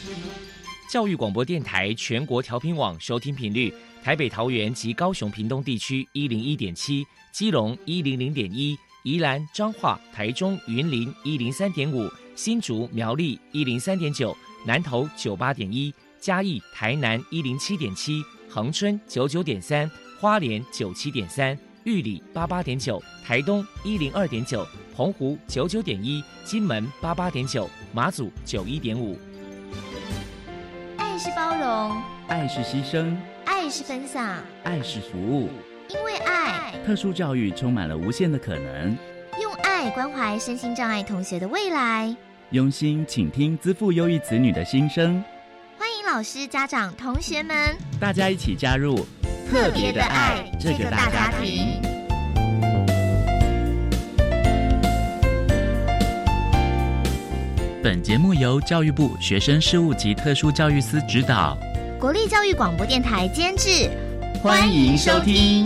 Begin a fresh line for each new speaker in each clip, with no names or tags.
教育广播电台全国调频网收听频率：台北、桃园及高雄屏东地区101.7，基隆100.1，宜兰、彰化、台中、云林103.5，新竹、苗栗103.9，南投98.1，嘉义、台南107.7，恒春99.3，花莲97.3，玉里88.9，台东102.9，澎湖99.1，金门88.9，马祖91.5。
爱是包容，
爱是牺牲，
爱是分享，
爱是服务。
因为爱，
特殊教育充满了无限的可能。
用爱关怀身心障碍同学的未来，
用心倾听资赋优异子女的心声。
欢迎老师、家长、同学们，
大家一起加入
特别的爱这个大家庭。
本节目由教育部学生事务及特殊教育司指导，
国立教育广播电台监制，
欢迎收听。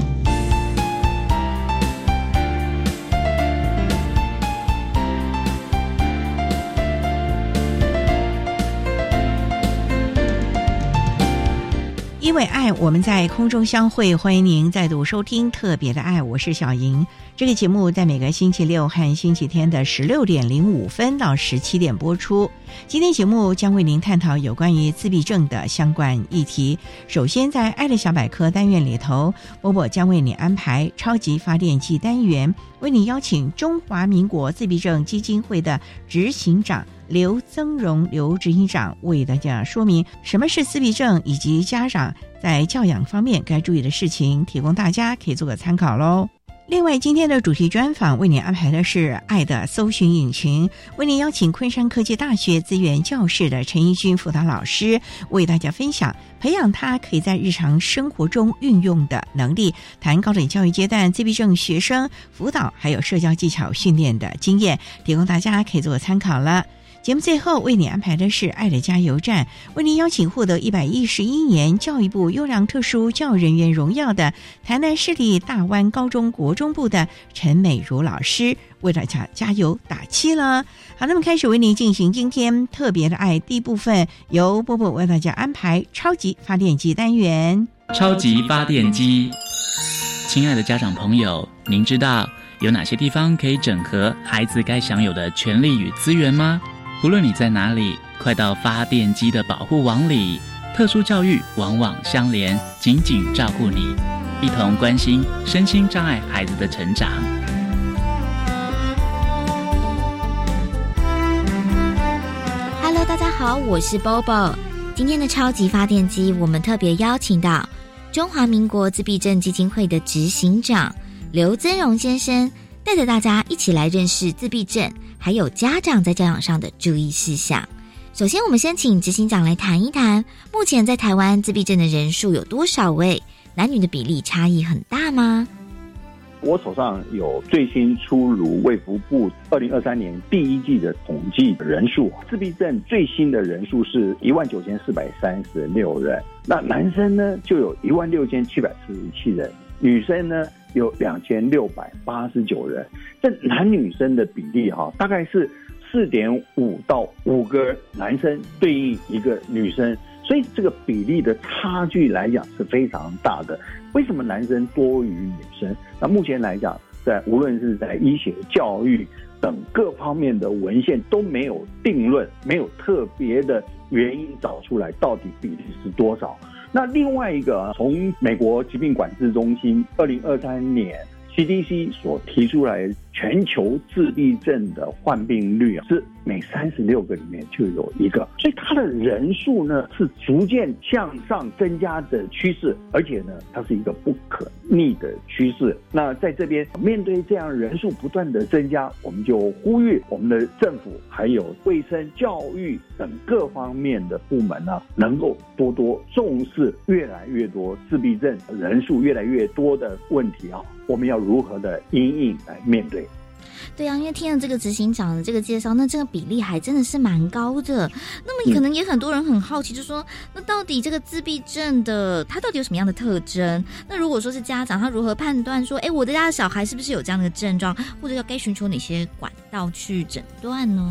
因为爱，我们在空中相会，欢迎您再度收听特别的爱，我是小莹。这个节目在每个星期六和星期天的16点05分到17点播出。今天节目将为您探讨有关于自闭症的相关议题。首先在爱的小百科单元里头，波波将为你安排超级发电机单元，为你邀请中华民国自闭症基金会的执行长刘增荣刘执行长为大家说明什么是自闭症，以及家长在教养方面该注意的事情，提供大家可以做个参考咯。另外，今天的主题专访为您安排的是爱的搜寻引擎，为您邀请昆山科技大学资源教室的陈怡君辅导老师为大家分享培养他可以在日常生活中运用的能力，谈高等教育阶段自闭症学生辅导还有社交技巧训练的经验，提供大家可以做参考了。节目最后为你安排的是爱的加油站，为您邀请获得111年教育部优良特殊教育人员荣耀的台南市立大湾高中国中部的陈美如老师为大家加油打气了。好，那么开始为您进行今天特别的爱第一部分，由波波为大家安排超级发电机单元。
超级发电机，亲爱的家长朋友，您知道有哪些地方可以整合孩子该享有的权利与资源吗？无论你在哪里，快到发电机的保护网里，特殊教育网网相连，紧紧照顾你，一同关心身心障碍孩子的成长。
Hello， 大家好，我是 Bobo。今天的超级发电机，我们特别邀请到中华民国自闭症基金会的执行长刘增荣先生，带着大家一起来认识自闭症，还有家长在教养上的注意事项。首先，我们先请执行长来谈一谈，目前在台湾自闭症的人数有多少位？男女的比例差异很大吗？
我手上有最新出炉卫福部2023年第一季的统计人数，自闭症最新的人数是19436人，那男生呢就有16747人，女生呢有2689人，这男女生的比例大概是4.5到5个男生对应一个女生，所以这个比例的差距来讲是非常大的。为什么男生多于女生？那目前来讲，无论是在医学、教育等各方面的文献都没有定论，没有特别的原因找出来到底比例是多少。那另外一个，从美国疾病管制中心2023年 CDC 所提出来全球自闭症的患病率是每36个里面就有一个，所以它的人数呢是逐渐向上增加的趋势，而且呢它是一个不可逆的趋势。那在这边面对这样人数不断的增加，我们就呼吁我们的政府还有卫生、教育等各方面的部门呢，能够多多重视越来越多自闭症人数越来越多的问题我们要如何的因应来面对。
对啊，因为听了这个执行长的这个介绍，那这个比例还真的是蛮高的。那么可能也很多人很好奇，就是说那到底这个自闭症的它到底有什么样的特征？那如果说是家长，他如何判断说我的家的小孩是不是有这样的症状，或者要该寻求哪些管道去诊断呢？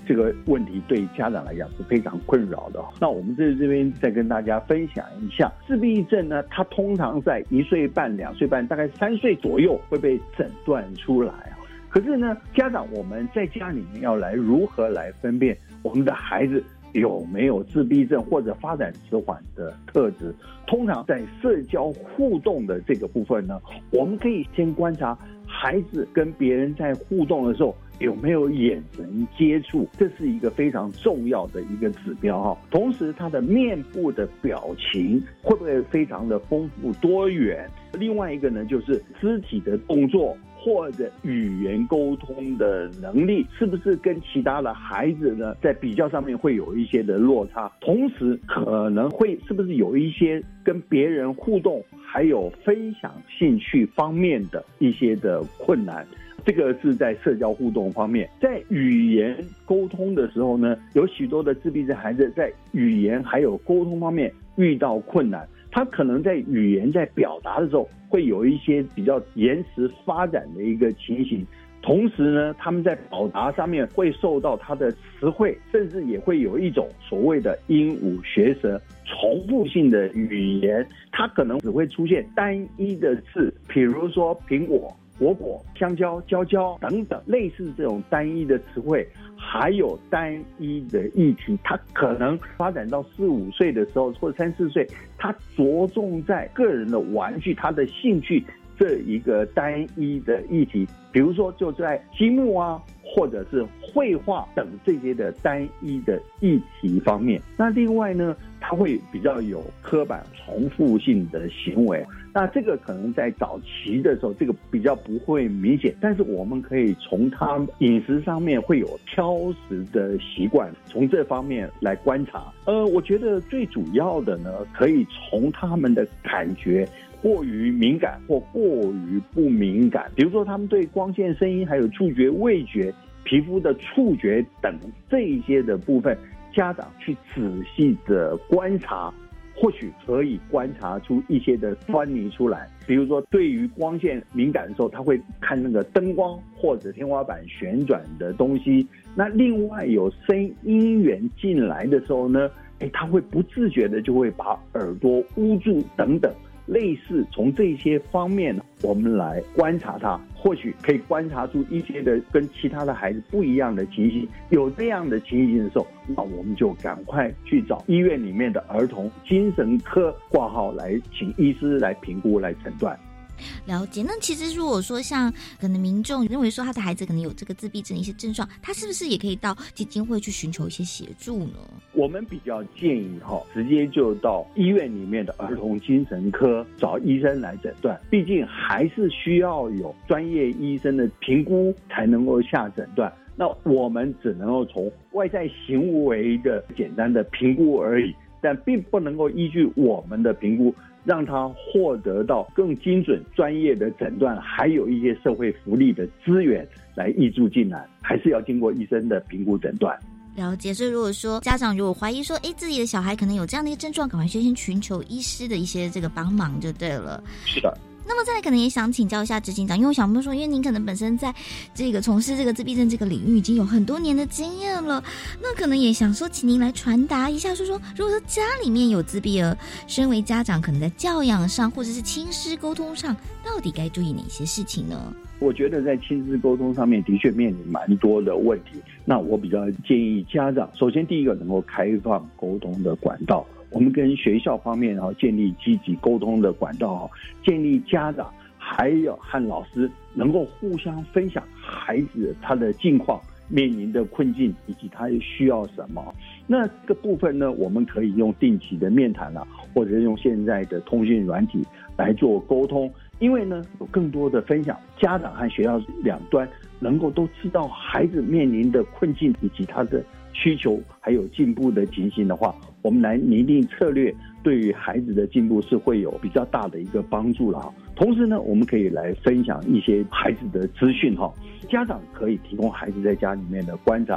这个问题对家长来讲是非常困扰的。那我们这边再跟大家分享一下，自闭症呢，它通常在1岁半、2岁半，大概3岁左右会被诊断出来。可是呢，家长我们在家里面要来如何来分辨我们的孩子有没有自闭症或者发展迟缓的特质？通常在社交互动的这个部分呢，我们可以先观察孩子跟别人在互动的时候有没有眼神接触，这是一个非常重要的一个指标。同时他的面部的表情会不会非常的丰富多元？另外一个呢，就是肢体的动作或者语言沟通的能力是不是跟其他的孩子呢在比较上面会有一些的落差，同时可能会是不是有一些跟别人互动还有分享兴趣方面的一些的困难。这个是在社交互动方面。在语言沟通的时候呢，有许多的自闭症孩子在语言还有沟通方面遇到困难，他可能在语言在表达的时候会有一些比较延迟发展的一个情形，同时呢，他们在表达上面会受到他的词汇，甚至也会有一种所谓的鹦鹉学舌重复性的语言，它可能只会出现单一的字，比如说苹果、果果、香蕉、蕉蕉等等，类似这种单一的词汇，还有单一的议题，它可能发展到4、5岁的时候，或者3、4岁，它着重在个人的玩具，他的兴趣这一个单一的议题，比如说就在积木啊，或者是绘画等这些的单一的议题方面。那另外呢，它会比较有刻板重复性的行为，那这个可能在早期的时候这个比较不会明显，但是我们可以从他饮食上面会有挑食的习惯，从这方面来观察。我觉得最主要的呢，可以从他们的感觉过于敏感或过于不敏感，比如说他们对光线、声音还有触觉、味觉、皮肤的触觉等这一些的部分，家长去仔细的观察，或许可以观察出一些的端倪出来。比如说对于光线敏感的时候，他会看那个灯光或者天花板旋转的东西，那另外有声音源进来的时候呢，他会不自觉的就会把耳朵捂住等等，类似从这些方面我们来观察它，或许可以观察出一些的跟其他的孩子不一样的情形。有这样的情形的时候，那我们就赶快去找医院里面的儿童精神科挂号，来请医师来评估来诊断。
了解。那其实如果说像可能民众认为说他的孩子可能有这个自闭症的一些症状，他是不是也可以到基金会去寻求一些协助呢？
我们比较建议直接就到医院里面的儿童精神科找医生来诊断，毕竟还是需要有专业医生的评估才能够下诊断。那我们只能够从外在行为的简单的评估而已，但并不能够依据我们的评估让他获得到更精准专业的诊断，还有一些社会福利的资源来挹注进来，还是要经过医生的评估诊断。
了解。所以如果说家长如果怀疑说自己的小孩可能有这样的一个症状，赶快先寻求医师的一些这个帮忙就对了。
是的。
那么再来可能也想请教一下执行长，因为我想说，因为您可能本身在这个从事这个自闭症这个领域已经有很多年的经验了，那可能也想说请您来传达一下，说如果说家里面有自闭儿，身为家长可能在教养上或者是亲师沟通上，到底该注意哪些事情呢？
我觉得在亲子沟通上面的确面临蛮多的问题，那我比较建议家长，首先第一个能够开放沟通的管道，我们跟学校方面建立积极沟通的管道，建立家长还有和老师能够互相分享孩子他的近况、面临的困境以及他需要什么。那这个部分呢，我们可以用定期的面谈或者用现在的通讯软体来做沟通，因为呢有更多的分享，家长和学校两端能够都知道孩子面临的困境以及他的需求还有进步的情形的话，我们来拟定策略，对于孩子的进步是会有比较大的一个帮助了。同时呢，我们可以来分享一些孩子的资讯，家长可以提供孩子在家里面的观察，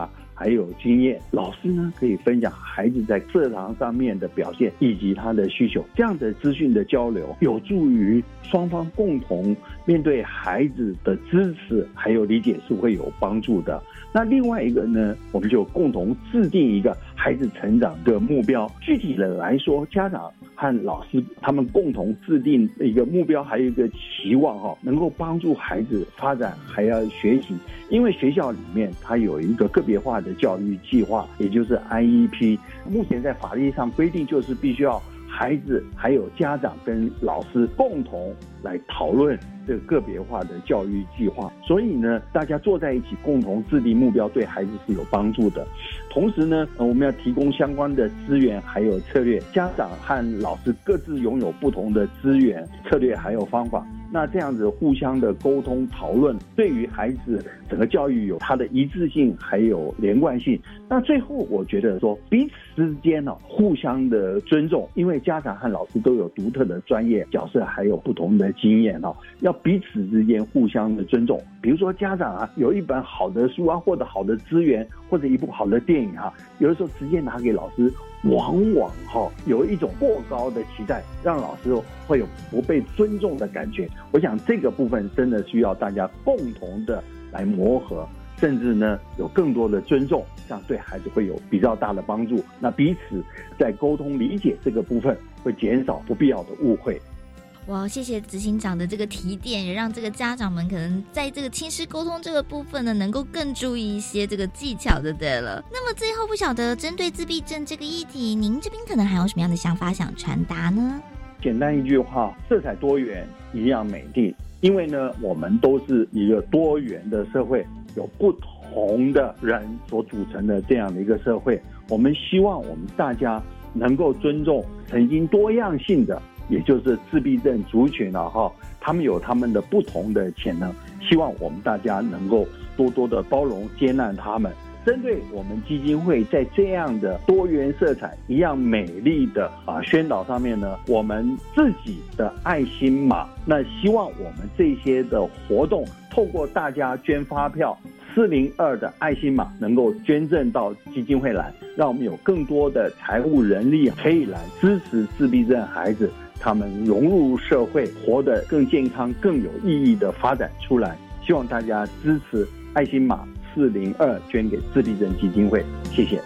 还有经验，老师呢可以分享孩子在课堂上面的表现以及他的需求，这样的资讯的交流有助于双方共同面对孩子的支持还有理解是会有帮助的。那另外一个呢，我们就共同制定一个孩子成长的目标。具体的来说，家长和老师他们共同制定一个目标，还有一个期望能够帮助孩子发展还要学习。因为学校里面它有一个个别化的教育计划，也就是 IEP。目前在法律上规定，就是必须要孩子还有家长跟老师共同来讨论这个个别化的教育计划。所以呢，大家坐在一起共同制定目标，对孩子是有帮助的。同时呢，我们要提供相关的资源还有策略，家长和老师各自拥有不同的资源、策略还有方法。那这样子互相的沟通讨论，对于孩子整个教育有它的一致性还有连贯性。那最后我觉得说，彼此之间互相的尊重，因为家长和老师都有独特的专业角色还有不同的经验要彼此之间互相的尊重。比如说家长有一本好的书或者好的资源或者一部好的电影有的时候直接拿给老师，往往有一种过高的期待，让老师会有不被尊重的感觉。我想这个部分真的需要大家共同的来磨合，甚至呢有更多的尊重，这样对孩子会有比较大的帮助。那彼此在沟通理解这个部分会减少不必要的误会。
哇，谢谢执行长的这个提点，也让这个家长们可能在这个亲师沟通这个部分呢，能够更注意一些这个技巧就对了。那么最后不晓得针对自闭症这个议题，您这边可能还有什么样的想法想传达呢？
简单一句话，色彩多元一样美丽。因为呢，我们都是一个多元的社会，有不同的人所组成的这样的一个社会。我们希望我们大家能够尊重曾经多样性的，也就是自闭症族群他们有他们的不同的潜能，希望我们大家能够多多的包容接纳他们。针对我们基金会在这样的多元色彩一样美丽的宣导上面呢，我们自己的爱心码，那希望我们这些的活动透过大家捐发票402的爱心码能够捐赠到基金会来，让我们有更多的财务人力可以来支持自闭症孩子他们融入社会，活得更健康更有意义的发展出来。希望大家支持爱心码402捐给自闭症基金会，谢谢。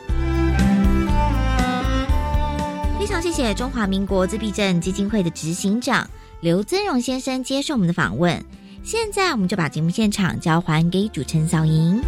非常谢谢中华民国自闭症基金会的执行长刘增荣先生接受我们的访问。现在我们就把节目现场交还给主持人小莹。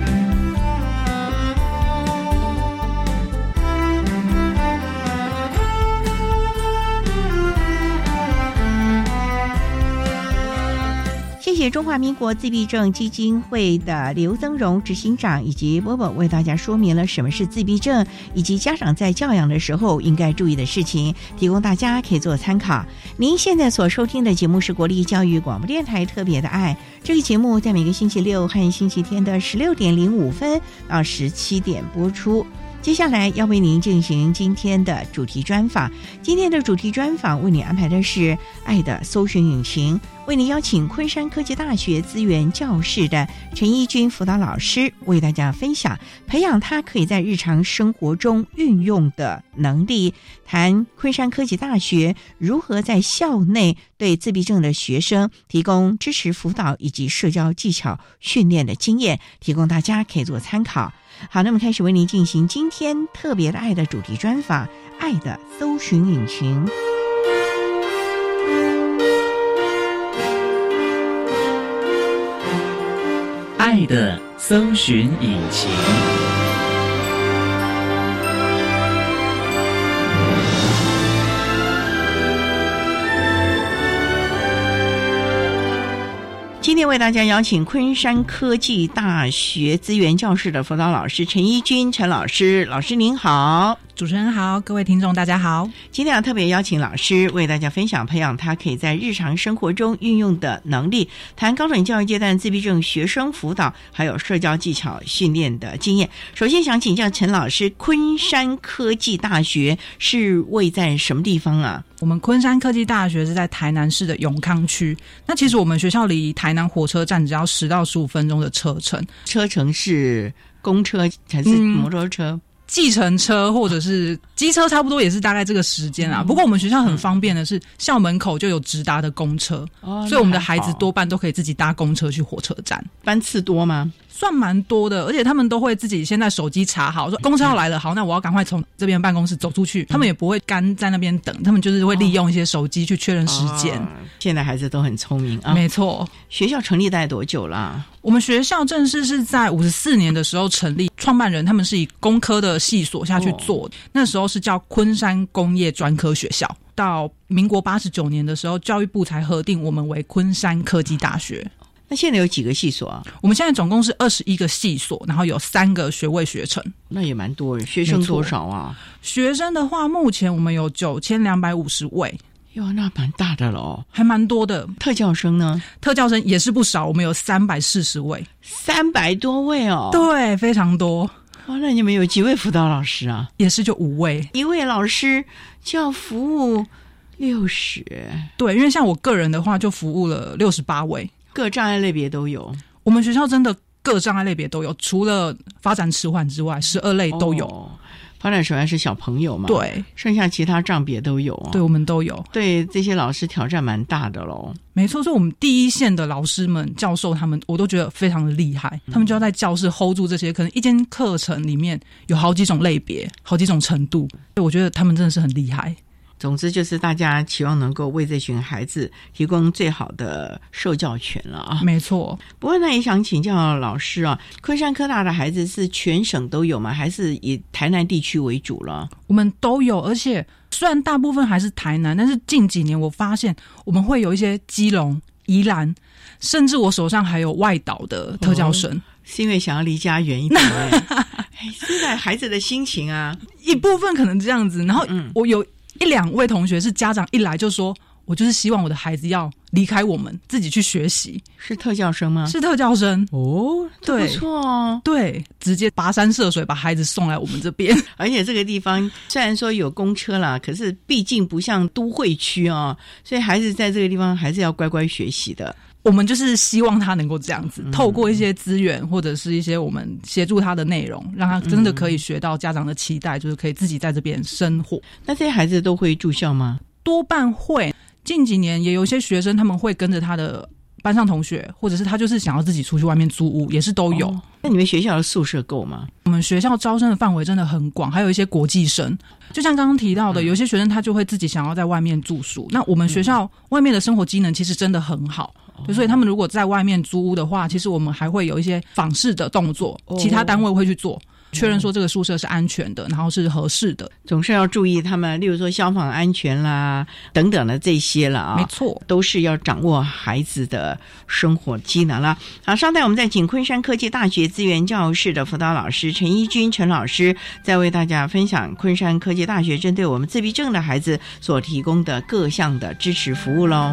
谢谢中华民国自闭症基金会的刘增荣执行长以及波波为大家说明了什么是自闭症，以及家长在教养的时候应该注意的事情，提供大家可以做参考。您现在所收听的节目是国立教育广播电台特别的爱，这个节目在每个星期六和星期天的16点05分到17点播出。接下来要为您进行今天的主题专访。今天的主题专访为你安排的是爱的搜寻引擎，为您邀请昆山科技大学资源教室的陈怡君辅导老师为大家分享培养他可以在日常生活中运用的能力，谈昆山科技大学如何在校内对自闭症的学生提供支持辅导以及社交技巧训练的经验，提供大家可以做参考。好，那么开始为您进行今天特别的爱的主题专访，爱的搜寻引擎。
爱的搜寻引擎。
今天为大家邀请昆山科技大学资源教室的辅导老师陈怡君陈老师，老师您好。
主持人好，各位听众大家好。
今天要特别邀请老师为大家分享培养他可以在日常生活中运用的能力，谈高等教育阶段自闭症学生辅导还有社交技巧训练的经验。首先想请教陈老师，昆山科技大学是位在什么地方啊？
我们昆山科技大学是在台南市的永康区，那其实我们学校离台南火车站只要10到15分钟的车程。
车程是公车还是摩托车？
计程车或者是机车差不多也是大概这个时间啊。不过我们学校很方便的是，校门口就有直达的公车，所以我们的孩子多半都可以自己搭公车去火车站。
班次多吗？
算蛮多的，而且他们都会自己先在手机查好，说公车要来了，好，那我要赶快从这边办公室走出去。他们也不会干在那边等，他们就是会利用一些手机去确认时间。
现在孩子都很聪明啊。
没错。
学校成立大概多久了？
我们学校正式是在54年的时候成立，创办人他们是以工科的系所下去做的，那时候是叫昆山工业专科学校。到民国89年的时候，教育部才核定我们为昆山科技大学。
那现在有几个系所啊？
我们现在总共是21个系所，然后有3个学位学程。
那也蛮多，学生多少啊？
学生的话，目前我们有9250位。
哟，那蛮大的了，
还蛮多的。
特教生呢？
特教生也是不少，我们有340位
，300多位哦。
对，非常多。
哇，那你们有几位辅导老师啊？
也是就5位，
一位老师就要服务60。
对，因为像我个人的话，就服务了68位，
各障碍类别都有。
我们学校真的各障碍类别都有，除了发展迟缓之外，12类都有。
发展迟缓是小朋友嘛？
对，
剩下其他障别都有哦。
对，我们都有。
对，这些老师挑战蛮大的咯。
没错，所以我们第一线的老师们、教授他们，我都觉得非常的厉害。他们就要在教室 hold 住这些，可能一间课程里面有好几种类别、好几种程度，所以我觉得他们真的是很厉害。
总之就是大家期望能够为这群孩子提供最好的受教权了啊。
没错。
不过那也想请教老师啊，昆山科大的孩子是全省都有吗？还是以台南地区为主了？
我们都有，而且虽然大部分还是台南，但是近几年我发现我们会有一些基隆、宜兰，甚至我手上还有外岛的特教生。
是因为想要离家远一点现在孩子的心情啊，
一部分可能这样子。然后我有1-2位同学是家长一来就说，我就是希望我的孩子要离开我们，自己去学习。
是特教生吗？
是特教生
哦，对，不错哦。
对，直接跋山涉水把孩子送来我们这边。
而且这个地方虽然说有公车啦，可是毕竟不像都会区哦，所以孩子在这个地方还是要乖乖学习的。
我们就是希望他能够这样子，透过一些资源或者是一些我们协助他的内容，让他真的可以学到家长的期待，就是可以自己在这边生活。
那这些孩子都会住校吗？
多半会。近几年也有一些学生他们会跟着他的班上同学，或者是他就是想要自己出去外面租屋，也是都有。
那你们学校的宿舍够吗？
我们学校招生的范围真的很广，还有一些国际生。就像刚刚提到的，有些学生他就会自己想要在外面住宿。那我们学校外面的生活机能其实真的很好，所以他们如果在外面租屋的话，其实我们还会有一些访视的动作，其他单位会去做，确认说这个宿舍是安全的，然后是合适的。
总是要注意他们，例如说消防安全啦等等的这些了啊。
没错，
都是要掌握孩子的生活机能啦。好，稍待我们再请昆山科技大学资源教室的辅导老师陈一君陈老师，再为大家分享昆山科技大学针对我们自闭症的孩子所提供的各项的支持服务咯。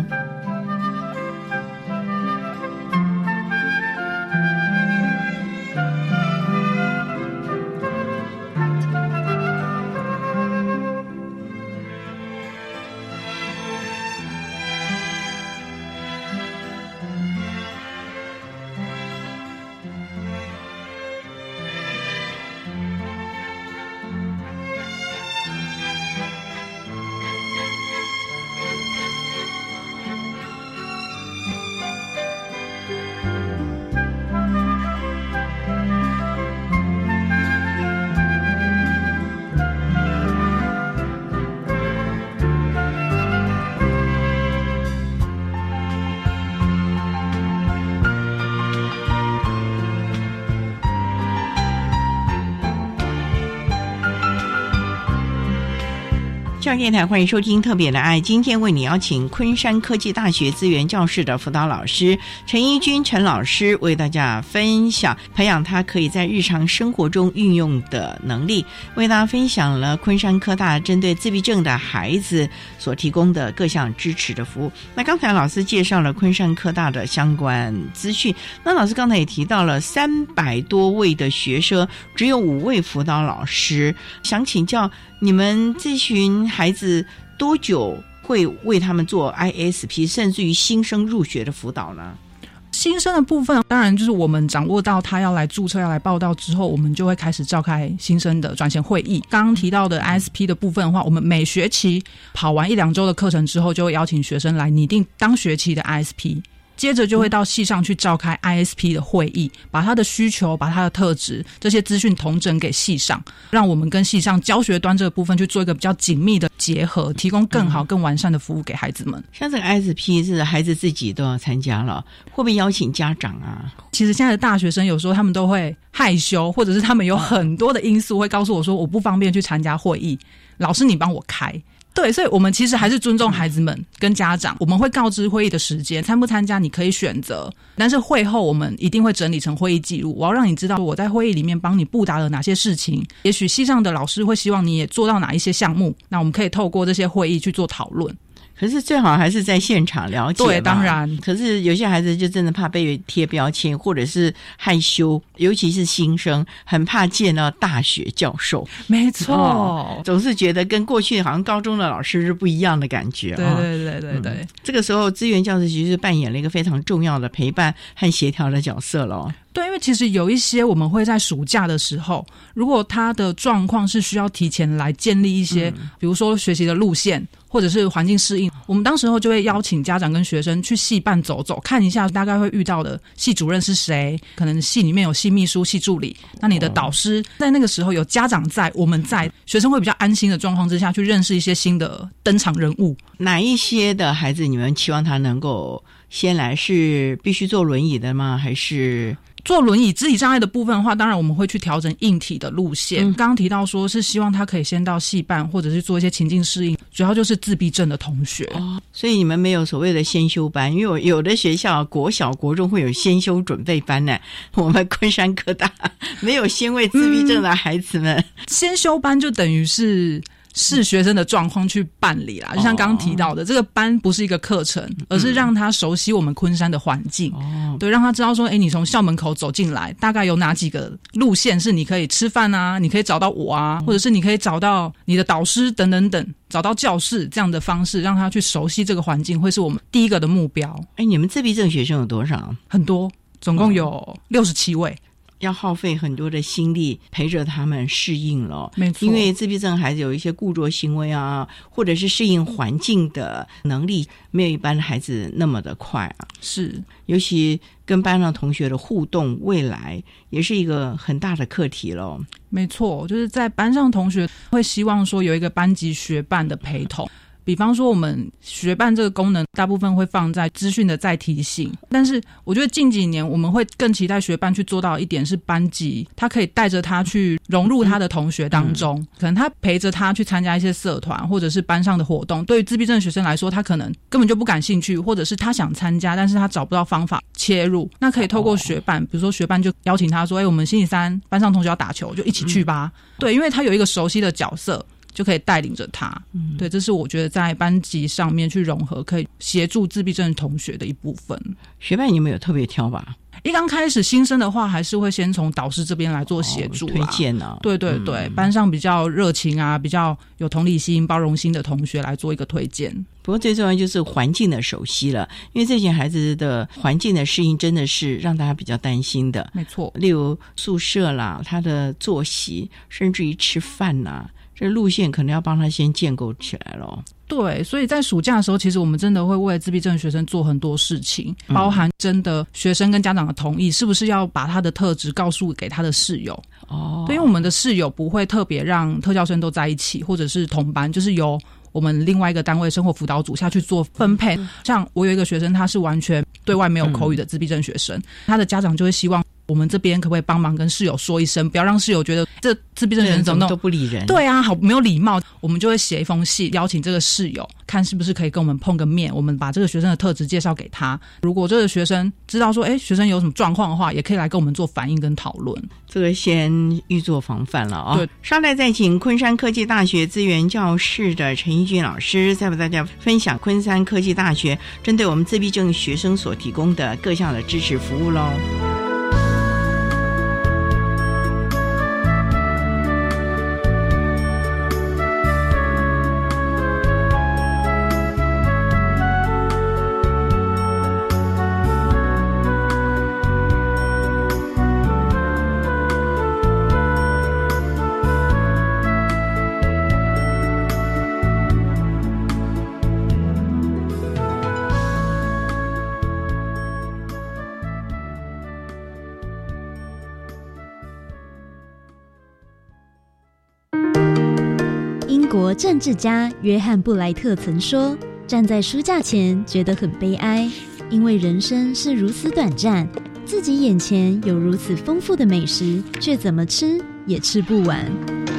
教育电台，欢迎收听特别的爱。今天为你邀请昆山科技大学资源教室的辅导老师陈一君陈老师，为大家分享培养他可以在日常生活中运用的能力，为大家分享了昆山科大针对自闭症的孩子所提供的各项支持的服务。那刚才老师介绍了昆山科大的相关资讯，那老师刚才也提到了300多位的学生，只有5位辅导老师，想请教你们这群孩子多久会为他们做 ISP 甚至于新生入学的辅导呢？
新生的部分当然就是我们掌握到他要来注册要来报到之后，我们就会开始召开新生的转衔会议。刚刚提到的 ISP 的部分的话，我们每学期跑完1-2周的课程之后，就会邀请学生来拟定当学期的 ISP，接着就会到系上去召开 ISP 的会议，把他的需求把他的特质这些资讯统整给系上，让我们跟系上教学端这个部分去做一个比较紧密的结合，提供更好更完善的服务给孩子们。
像这个 ISP 是孩子自己都要参加了，会不会邀请家长啊？
其实现在的大学生有时候他们都会害羞，或者是他们有很多的因素会告诉我说我不方便去参加会议，老师你帮我开。对，所以我们其实还是尊重孩子们跟家长，我们会告知会议的时间，参不参加你可以选择，但是会后我们一定会整理成会议记录，我要让你知道我在会议里面帮你布达了哪些事情，也许系上的老师会希望你也做到哪一些项目，那我们可以透过这些会议去做讨论。
可是最好还是在现场了解。
对，当然。
可是有些孩子就真的怕被贴标签，或者是害羞，尤其是新生，很怕见到大学教授。
没错，
总是觉得跟过去好像高中的老师是不一样的感觉。
对。
这个时候，资源教师其实扮演了一个非常重要的陪伴和协调的角色了。
对，因为其实有一些我们会在暑假的时候，如果他的状况是需要提前来建立一些，比如说学习的路线或者是环境适应，我们当时候就会邀请家长跟学生去系办走走，看一下大概会遇到的系主任是谁，可能系里面有系秘书、系助理，那你的导师在那个时候有家长在，我们在，学生会比较安心的状况之下去认识一些新的登场人物。
哪一些的孩子你们期望他能够先来？是必须坐轮椅的吗？还是
坐轮椅肢体障碍的部分的话，当然我们会去调整硬体的路线。刚刚提到说是希望他可以先到系办，或者是做一些情境适应，主要就是自闭症的同学。
所以你们没有所谓的先修班，因为有的学校国小国中会有先修准备班呢。我们昆山科大没有先为自闭症的孩子们
先修班，就等于是视学生的状况去办理啦，就像刚刚提到的，这个班不是一个课程，而是让他熟悉我们昆山的环境。对，让他知道说，你从校门口走进来，大概有哪几个路线是你可以吃饭啊，你可以找到我啊，或者是你可以找到你的导师等等等，找到教室这样的方式，让他去熟悉这个环境，会是我们第一个的目标。
你们自闭症学生有多少？
很多，总共有67位。
要耗费很多的心力陪着他们适应了。
没错，
因为自闭症孩子有一些固着行为啊，或者是适应环境的能力没有一般的孩子那么的快啊。
是，
尤其跟班上同学的互动，未来也是一个很大的课题咯。
没错，就是在班上同学会希望说有一个班级学伴的陪同。比方说我们学伴这个功能大部分会放在资讯的再提醒，但是我觉得近几年我们会更期待学伴去做到一点是班级他可以带着他去融入他的同学当中，可能他陪着他去参加一些社团或者是班上的活动。对于自闭症学生来说，他可能根本就不感兴趣，或者是他想参加但是他找不到方法切入，那可以透过学伴，比如说学伴就邀请他说我们星期三班上同学要打球，就一起去吧。对，因为他有一个熟悉的角色就可以带领着他。对，这是我觉得在班级上面去融合可以协助自闭症同学的一部分。
学伴你们有特别挑吧？
一刚开始新生的话还是会先从导师这边来做协助
推荐啊。
对对对，班上比较热情啊，比较有同理心包容心的同学来做一个推荐。
不过最重要就是环境的熟悉了，因为这些孩子的环境的适应真的是让大家比较担心的。
没错，
例如宿舍啦，他的作息，甚至于吃饭啦，这路线可能要帮他先建构起来咯。
对，所以在暑假的时候，其实我们真的会为自闭症学生做很多事情，包含真的学生跟家长的同意，是不是要把他的特质告诉给他的室友。对，因为我们的室友不会特别让特教生都在一起，或者是同班，就是由我们另外一个单位生活辅导组下去做分配。像我有一个学生，他是完全对外没有口语的自闭症学生，他的家长就会希望我们这边可不可以帮忙跟室友说一声，不要让室友觉得这自闭症学生怎么
都不理人。
对啊，好没有礼貌。我们就会写一封信邀请这个室友，看是不是可以跟我们碰个面，我们把这个学生的特质介绍给他。如果这个学生知道说学生有什么状况的话，也可以来跟我们做反映跟讨论。
这个先预做防范了啊。
对，
稍待再请昆山科技大学资源教室的陈怡君老师再为大家分享昆山科技大学针对我们自闭症学生所提供的各项的支持服务咯。
国政治家约翰布莱特曾说，站在书架前觉得很悲哀，因为人生是如此短暂，自己眼前有如此丰富的美食，却怎么吃也吃不完。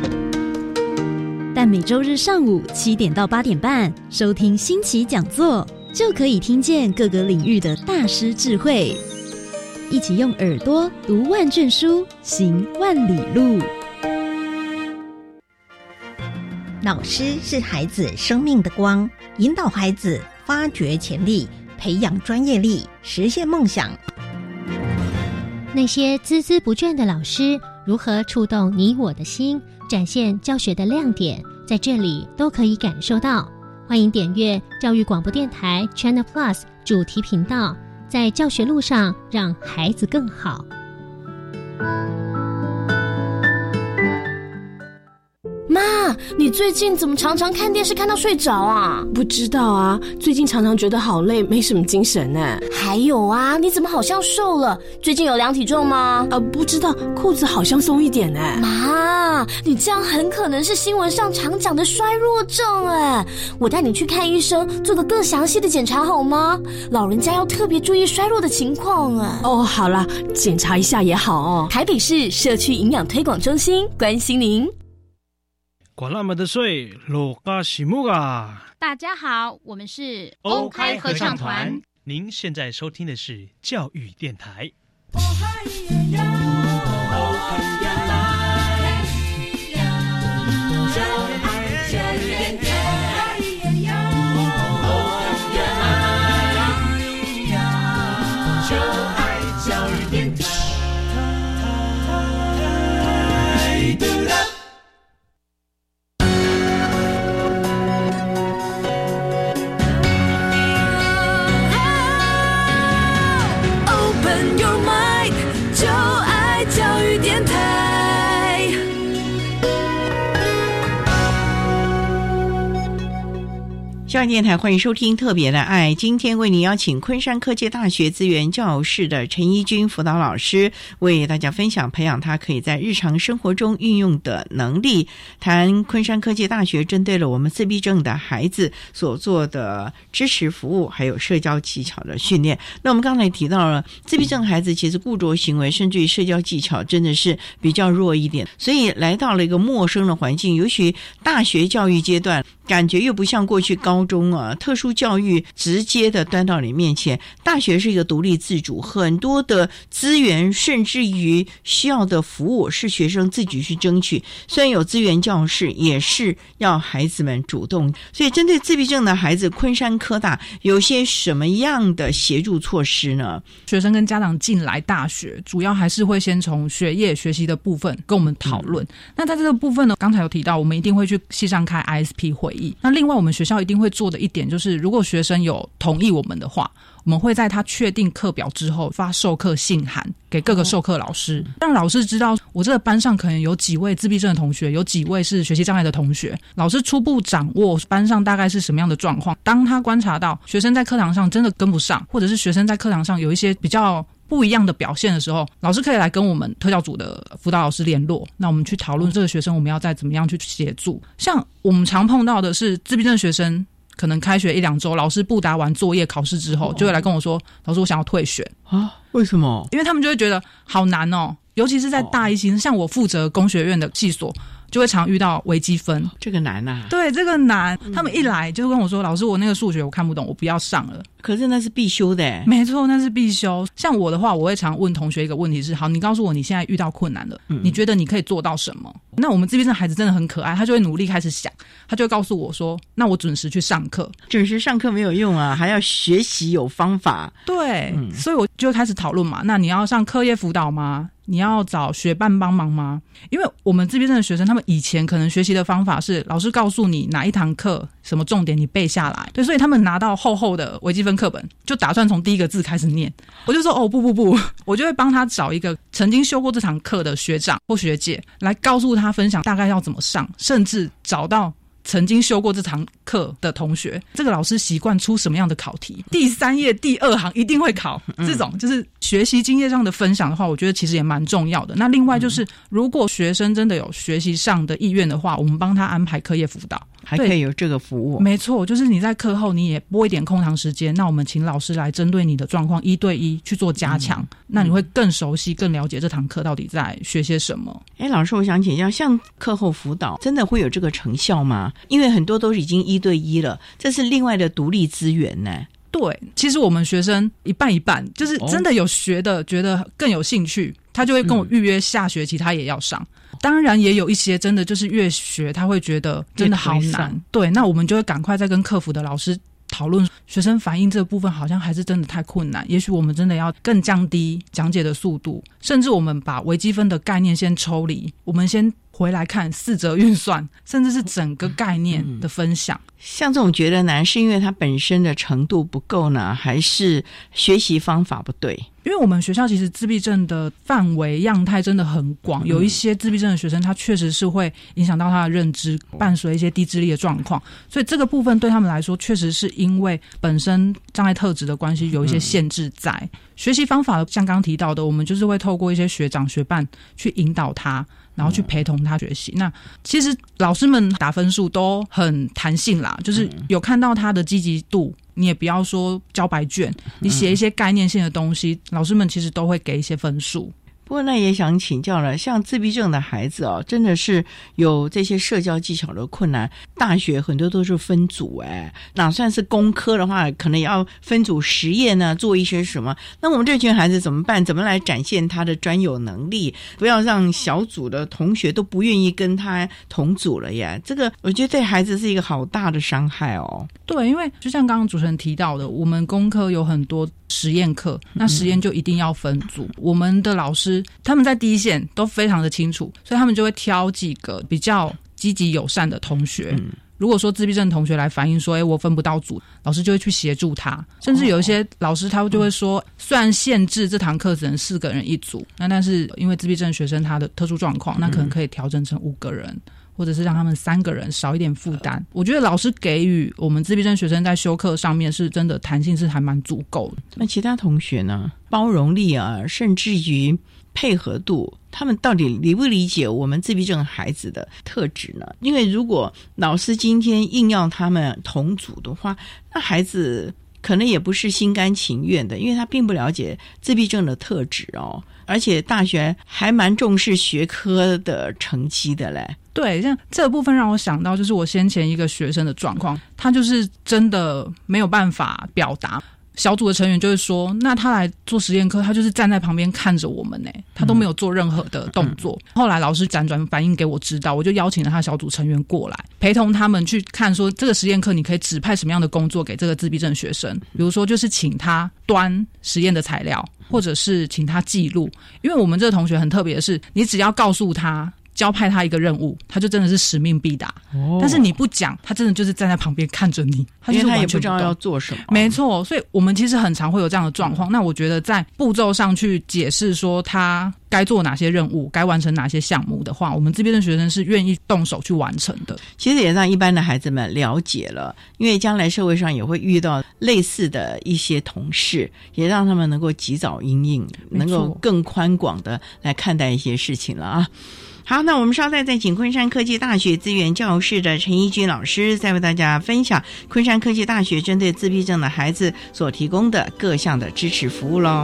但每周日上午7点到8点半，收听新奇讲座，就可以听见各个领域的大师智慧，一起用耳朵读万卷书，行万里路。
老师是孩子生命的光，引导孩子发掘潜力，培养专业力，实现梦想。
那些孜孜不倦的老师，如何触动你我的心，展现教学的亮点，在这里都可以感受到。欢迎点阅教育广播电台 Channel Plus 主题频道，在教学路上让孩子更好。
妈，你最近怎么常常看电视看到睡着啊？
不知道啊，最近常常觉得好累，没什么精神呢。
还有啊，你怎么好像瘦了？最近有量体重吗？
不知道，裤子好像松一点呢。
妈，你这样很可能是新闻上常讲的衰弱症哎。我带你去看医生，做个更详细的检查好吗？老人家要特别注意衰弱的情况哎。
哦，好啦，检查一下也好哦。
台北市社区营养推广中心关心您。
管那么的水，落嘎西木啊！
大家好，我们是
欧开合唱团。
您现在收听的是教育电台。
教育电台欢迎收听特别的爱，今天为您邀请昆山科技大学资源教室的陈怡君辅导老师，为大家分享培养他可以在日常生活中运用的能力，谈昆山科技大学针对了我们自闭症的孩子所做的支持服务，还有社交技巧的训练。那我们刚才提到了自闭症孩子其实固着行为甚至于社交技巧真的是比较弱一点，所以来到了一个陌生的环境，尤其大学教育阶段，感觉又不像过去高中啊，特殊教育直接的端到你面前。大学是一个独立自主，很多的资源甚至于需要的服务是学生自己去争取，虽然有资源教室，也是要孩子们主动。所以针对自闭症的孩子，昆山科大有些什么样的协助措施呢？
学生跟家长进来大学，主要还是会先从学业学习的部分跟我们讨论。那在这个部分呢，刚才有提到我们一定会去系上开 ISP 会议。那另外我们学校一定会做的一点就是，如果学生有同意我们的话，我们会在他确定课表之后发授课信函给各个授课老师，让老师知道我这个班上可能有几位自闭症的同学，有几位是学习障碍的同学，老师初步掌握班上大概是什么样的状况。当他观察到学生在课堂上真的跟不上，或者是学生在课堂上有一些比较不一样的表现的时候，老师可以来跟我们特教组的辅导老师联络，那我们去讨论这个学生我们要再怎么样去协助。像我们常碰到的是自闭症学生可能开学1-2周，老师布达完作业考试之后，就会来跟我说，老师我想要退学
啊？为什么？因
为他们就会觉得好难哦，尤其是在大一新，像我负责工学院的系所，就会常遇到微积分，
这个难啊。
对，这个难。他们一来就跟我说，老师我那个数学我看不懂，我不要上了。
可是那是必修的。
没错，那是必修。像我的话，我会常问同学一个问题是，好，你告诉我你现在遇到困难了，你觉得你可以做到什么？那我们这边的孩子真的很可爱，他就会努力开始想，他就会告诉我说，那我准时去上课。
准时上课没有用啊，还要学习有方法。
对，所以我就会开始讨论嘛，那你要上课业辅导吗？你要找学伴帮忙吗？因为我们这边的学生，他们以前可能学习的方法是老师告诉你哪一堂课什么重点你背下来，对，所以他们拿到厚厚的微积分课本就打算从第一个字开始念。我就说哦不，我就会帮他找一个曾经修过这堂课的学长或学姐来告诉他分享大概要怎么上，甚至找到曾经修过这堂课的同学，这个老师习惯出什么样的考题，第3页第2行一定会考，这种就是学习经验上的分享的话，我觉得其实也蛮重要的。那另外就是，如果学生真的有学习上的意愿的话，我们帮他安排课业辅导，
还可以有这个服务。
没错，就是你在课后你也拨一点空堂时间，那我们请老师来针对你的状况1对1去做加强，那你会更熟悉、更了解这堂课到底在学些什么。
老师，我想请教，像课后辅导真的会有这个成效吗？因为很多都已经1对1了，这是另外的独立资源呢。
对，其实我们学生一半一半，就是真的有学的觉得更有兴趣，他就会跟我预约下学期他也要上。当然也有一些真的就是越学他会觉得真的好难，对，那我们就会赶快再跟客服的老师讨论学生反映这个部分好像还是真的太困难，也许我们真的要更降低讲解的速度，甚至我们把微积分的概念先抽离，我们先回来看4则运算，甚至是整个概念的分享。
像这种觉得难，是因为它本身的程度不够呢，还是学习方法不对？
因为我们学校其实自闭症的范围样态真的很广，有一些自闭症的学生他确实是会影响到他的认知，伴随一些低智力的状况，所以这个部分对他们来说确实是因为本身障碍特质的关系有一些限制在。学习方法像刚刚提到的，我们就是会透过一些学长学伴去引导他，然后去陪同他学习。那其实老师们打分数都很弹性啦，就是有看到他的积极度，你也不要说交白卷，你写一些概念性的东西，老师们其实都会给一些分数。
不过那也想请教了，像自闭症的孩子真的是有这些社交技巧的困难，大学很多都是分组哪算是工科的话，可能也要分组实验呢，做一些什么。那我们这群孩子怎么办？怎么来展现他的专有能力？不要让小组的同学都不愿意跟他同组了耶，这个我觉得对孩子是一个好大的伤害哦。
对，因为就像刚刚主持人提到的，我们工科有很多实验课，那实验就一定要分组，我们的老师他们在第一线都非常的清楚，所以他们就会挑几个比较积极友善的同学。如果说自闭症同学来反映说我分不到组，老师就会去协助他，甚至有一些老师他就会说虽然限制这堂课只能4个人一组，那但是因为自闭症学生他的特殊状况，那可能可以调整成5个人，或者是让他们3个人少一点负担。我觉得老师给予我们自闭症学生在修课上面是真的弹性是还蛮足够的。
那其他同学呢？包容力甚至于配合度，他们到底理不理解我们自闭症孩子的特质呢？因为如果老师今天硬要他们同组的话，那孩子可能也不是心甘情愿的，因为他并不了解自闭症的特质而且大学还蛮重视学科的成绩的嘞。
对，像这个部分让我想到就是我先前一个学生的状况，他就是真的没有办法表达。小组的成员就会说，那他来做实验课，他就是站在旁边看着我们他都没有做任何的动作。后来老师辗转反映给我知道，我就邀请了他小组成员过来，陪同他们去看说这个实验课你可以指派什么样的工作给这个自闭症学生，比如说就是请他端实验的材料，或者是请他记录。因为我们这个同学很特别的是，你只要告诉他交派他一个任务，他就真的是使命必达。但是你不讲，他真的就是站在旁边看着你，他就是完全不懂，因为他也不知道
要做什么。
没错，所以我们其实很常会有这样的状况。那我觉得在步骤上去解释说他该做哪些任务，该完成哪些项目的话，我们自闭症学生是愿意动手去完成的。
其实也让一般的孩子们了解了，因为将来社会上也会遇到类似的一些同事，也让他们能够及早因应，能够更宽广的来看待一些事情了好，那我们稍待再请昆山科技大学资源教室的陈怡君老师再为大家分享昆山科技大学针对自闭症的孩子所提供的各项的支持服务咯。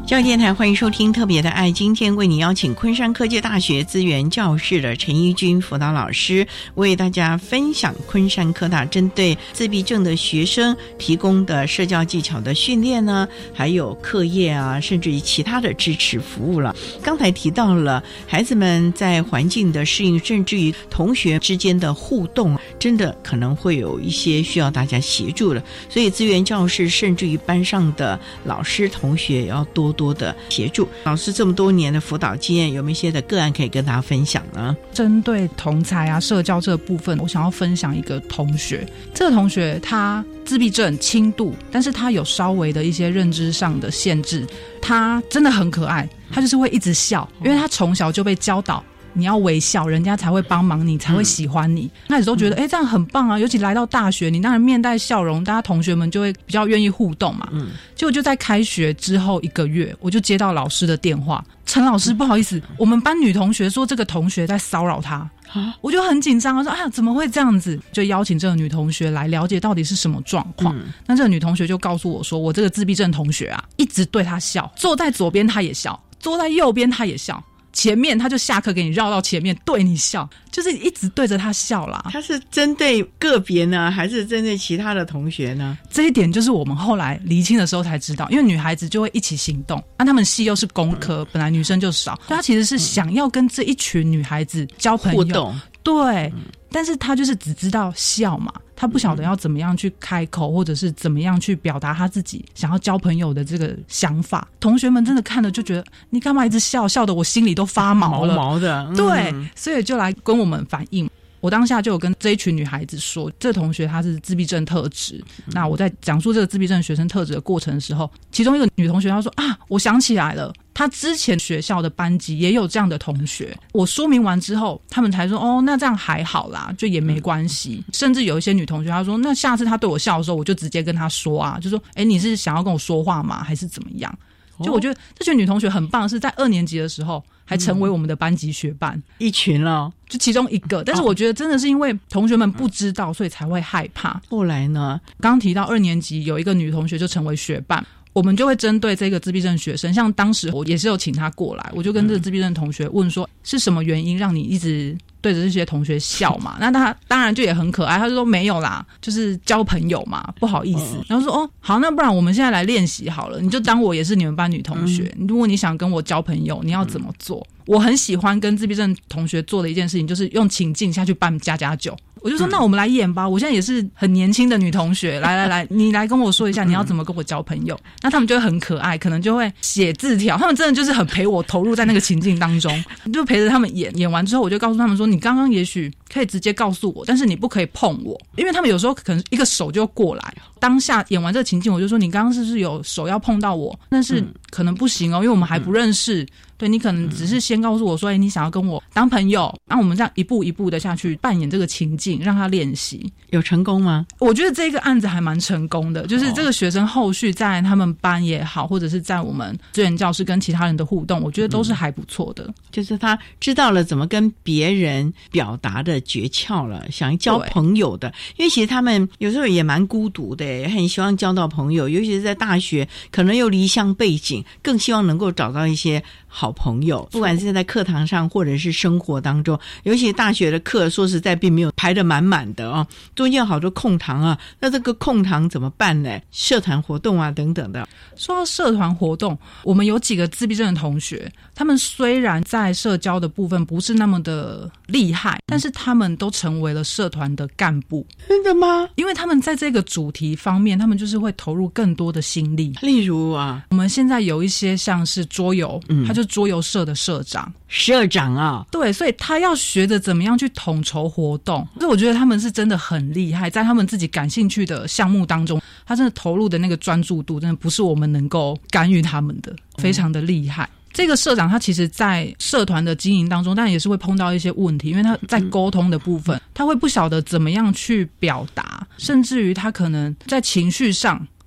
教育电台欢迎收听特别的爱，今天为你邀请昆山科技大学资源教室的陈怡君辅导老师为大家分享昆山科大针对自闭症的学生提供的社交技巧的训练呢，还有课业啊，甚至于其他的支持服务了。刚才提到了孩子们在环境的适应，甚至于同学之间的互动，真的可能会有一些需要大家协助的，所以资源教室甚至于班上的老师同学也要多的协助。老师这么多年的辅导经验，有没有一些的个案可以跟大家分享呢？
针对同才啊社交这个部分，我想要分享一个同学。这个同学他自闭症轻度，但是他有稍微的一些认知上的限制。他真的很可爱，他就是会一直笑，因为他从小就被教导你要微笑，人家才会帮忙你，才会喜欢你。那有时候觉得这样很棒啊，尤其来到大学，你当然面带笑容，大家同学们就会比较愿意互动嘛。结果就在开学之后1个月，我就接到老师的电话，陈老师不好意思，我们班女同学说这个同学在骚扰她。我就很紧张，我说怎么会这样子？就邀请这个女同学来了解到底是什么状况。那这个女同学就告诉我说，我这个自闭症同学啊，一直对她笑，坐在左边她也笑，坐在右边她也笑，前面他就下课给你绕到前面对你笑，就是一直对着他笑啦。
他是针对个别呢，还是针对其他的同学呢？
这一点就是我们后来厘清的时候才知道，因为女孩子就会一起行动，他们系又是工科，本来女生就少，所以他其实是想要跟这一群女孩子交朋友互动。对，但是他就是只知道笑嘛，他不晓得要怎么样去开口，或者是怎么样去表达他自己想要交朋友的这个想法。同学们真的看了就觉得你干嘛一直笑，笑得我心里都发毛了，
毛的。
对，所以就来跟我们反映。我当下就有跟这一群女孩子说，这同学她是自闭症特质。那我在讲述这个自闭症学生特质的过程的时候，其中一个女同学她说我想起来了，她之前学校的班级也有这样的同学。我说明完之后，他们才说那这样还好啦，就也没关系。甚至有一些女同学她说，那下次她对我笑的时候，我就直接跟她说就说你是想要跟我说话吗，还是怎么样？就我觉得这群女同学很棒，是在2年级的时候还成为我们的班级学伴，
一群了，
就其中一个。但是我觉得真的是因为同学们不知道，所以才会害怕。
后来呢，
刚刚提到2年级有一个女同学就成为学伴，我们就会针对这个自闭症学生，像当时我也是有请她过来，我就跟这个自闭症同学问说，是什么原因让你一直对着这些同学笑嘛？那他当然就也很可爱，他就说没有啦，就是交朋友嘛，不好意思。然后说好，那不然我们现在来练习好了，你就当我也是你们班女同学，如果你想跟我交朋友，你要怎么做？我很喜欢跟自闭症同学做的一件事情，就是用情境下去扮家家酒。我就说那我们来演吧，我现在也是很年轻的女同学，来你来跟我说一下你要怎么跟我交朋友。那他们就会很可爱，可能就会写字条，他们真的就是很陪我投入在那个情境当中，就陪着他们演完之后，我就告诉他们说，你刚刚也许可以直接告诉我，但是你不可以碰我，因为他们有时候可能一个手就过来。当下演完这个情境，我就说你刚刚是不是有手要碰到我，但是可能不行因为我们还不认识。对，你可能只是先告诉我说你想要跟我当朋友，然后我们这样一步一步的下去扮演这个情境，让他练习。
有成功吗？
我觉得这个案子还蛮成功的，就是这个学生后续在他们班也好，或者是在我们资源教室跟其他人的互动，我觉得都是还不错的。
就是他知道了怎么跟别人表达的诀窍了，想交朋友的。因为其实他们有时候也蛮孤独的，也很希望交到朋友，尤其是在大学，可能又离乡背景，更希望能够找到一些好朋友，不管是在课堂上或者是生活当中。尤其大学的课说实在并没有排得满满的中间有好多空堂啊，那这个空堂怎么办呢？社团活动啊等等的。
说到社团活动，我们有几个自闭症的同学，他们虽然在社交的部分不是那么的厉害，但是他们都成为了社团的干部。
真的吗？
因为他们在这个主题方面，他们就是会投入更多的心力。
例如我
们现在有一些像是桌游，他就桌游社的社长。
社长啊，
对，所以他要学着怎么样去统筹活动。所以我觉得他们是真的很厉害，在他们自己感兴趣的项目当中，他真的投入的那个专注度，真的不是我们能够干预他们的，非常的厉害。这个社长他其实在社团的经营当中，当然也是会碰到一些问题，因为他在沟通的部分，他会不晓得怎么样去表达，甚至于他可能在情绪上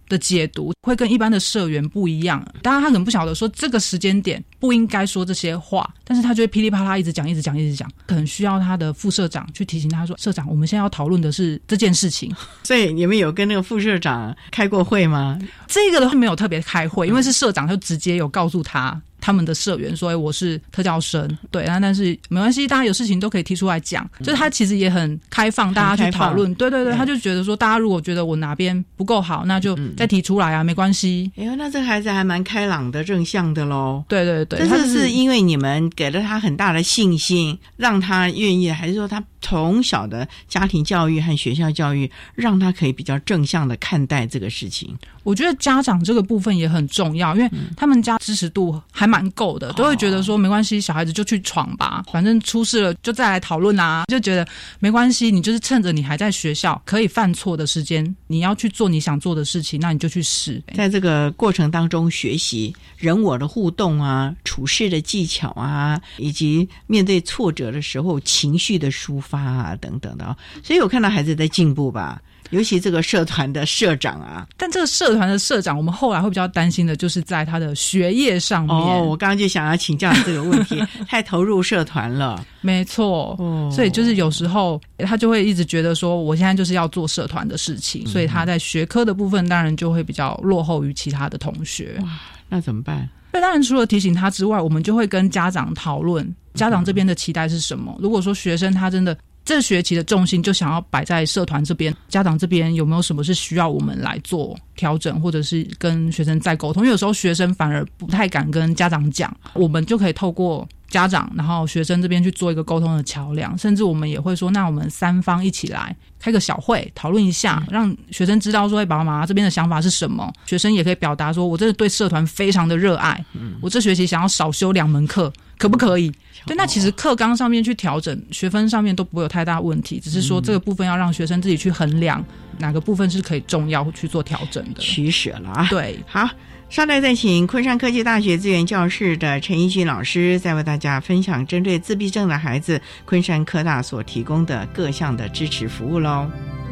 的解读会跟一般的社员不一样。当然他可能不晓得说这个时间点不应该说这些话，但是他就会噼里啪啦一直讲，可能需要他的副社长去提醒他说，社长，我们现在要讨论的是这件事情。
所以你们有跟那个副社长开过会吗？
这个的没有特别开会，因为是社长就直接有告诉他们的社员说，我是特教生，对，但是没关系，大家有事情都可以提出来讲，就是他其实也很开放，大家去讨论，对，他就觉得说，大家如果觉得我哪边不够好，那就再提出来啊，没关系。
那这个孩子还蛮开朗的，正向的咯。
对，
但是因为你们给了他很大的信心，让他愿意，还是说他从小的家庭教育和学校教育让他可以比较正向的看待这个事情？
我觉得家长这个部分也很重要，因为他们家支持度还蛮够的，都会觉得说没关系，小孩子就去闯吧，反正出事了就再来讨论啊，就觉得没关系，你就是趁着你还在学校可以犯错的时间，你要去做你想做的事情，那你就去试。
在这个过程当中学习人我的互动啊，处事的技巧啊，以及面对挫折的时候情绪的抒发啊等等的，所以我看到孩子在进步吧，尤其这个社团的社长啊。
但这个社团的社长，我们后来会比较担心的就是在他的学业上面。
我刚刚就想要请教这个问题，太投入社团了。
没错，所以就是有时候他就会一直觉得说，我现在就是要做社团的事情，所以他在学科的部分当然就会比较落后于其他的同学。
哇，那怎么办？
对，当然除了提醒他之外，我们就会跟家长讨论家长这边的期待是什么。如果说学生他真的这学期的重心就想要摆在社团这边，家长这边有没有什么是需要我们来做调整，或者是跟学生再沟通？因为有时候学生反而不太敢跟家长讲，我们就可以透过家长然后学生这边去做一个沟通的桥梁，甚至我们也会说，那我们三方一起来开个小会讨论一下，让学生知道说爸爸妈妈这边的想法是什么，学生也可以表达说我真的对社团非常的热爱，我这学期想要少修2门课，可不可以？对，那其实课纲上面去调整，学分上面都不会有太大问题，只是说这个部分要让学生自己去衡量哪个部分是可以重要去做调整的，
取舍了啊。
对，
好，稍待再请昆山科技大学资源教室的陈怡君老师再为大家分享针对自闭症的孩子昆山科大所提供的各项的支持服务咯。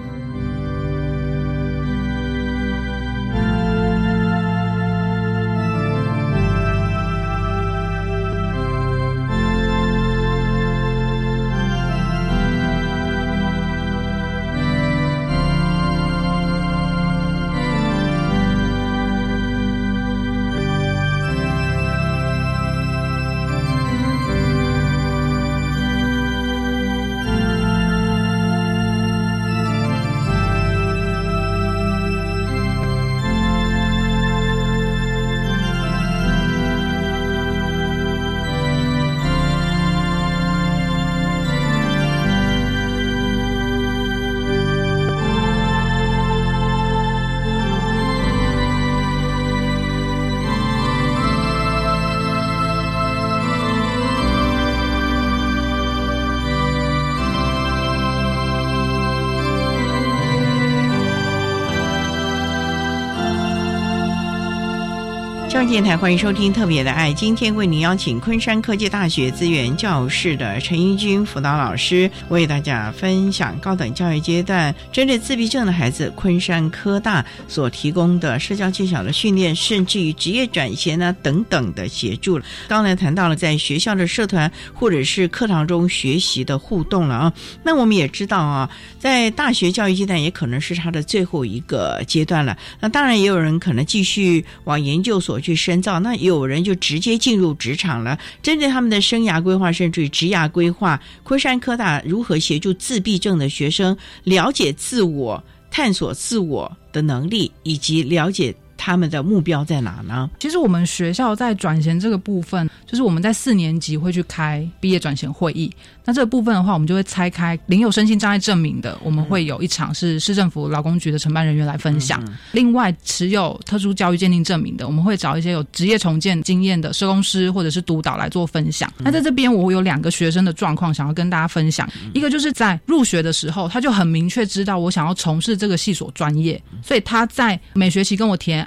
中央电台欢迎收听特别的爱，今天为您邀请昆山科技大学资源教室的陈怡君辅导老师为大家分享高等教育阶段针对自闭症的孩子昆山科大所提供的社交技巧的训练，甚至于职业转型啊等等的协助。刚才谈到了在学校的社团或者是课堂中学习的互动了啊，那我们也知道啊，在大学教育阶段也可能是他的最后一个阶段了，那当然也有人可能继续往研究所去深造，那有人就直接进入职场了。针对他们的生涯规划甚至于职涯规划，昆山科大如何协助自闭症的学生了解自我、探索自我的能力，以及了解他们的目标在哪呢？
其实我们学校在转衔这个部分，就是我们在4年级会去开毕业转衔会议，那这个部分的话，我们就会拆开领有身心障碍证明的，我们会有一场是市政府劳工局的承办人员来分享，另外持有特殊教育鉴定证明的，我们会找一些有职业重建经验的社工师或者是督导来做分享。那在这边我有2个学生的状况想要跟大家分享，一个就是在入学的时候他就很明确知道我想要从事这个系所专业，所以他在每学期跟我填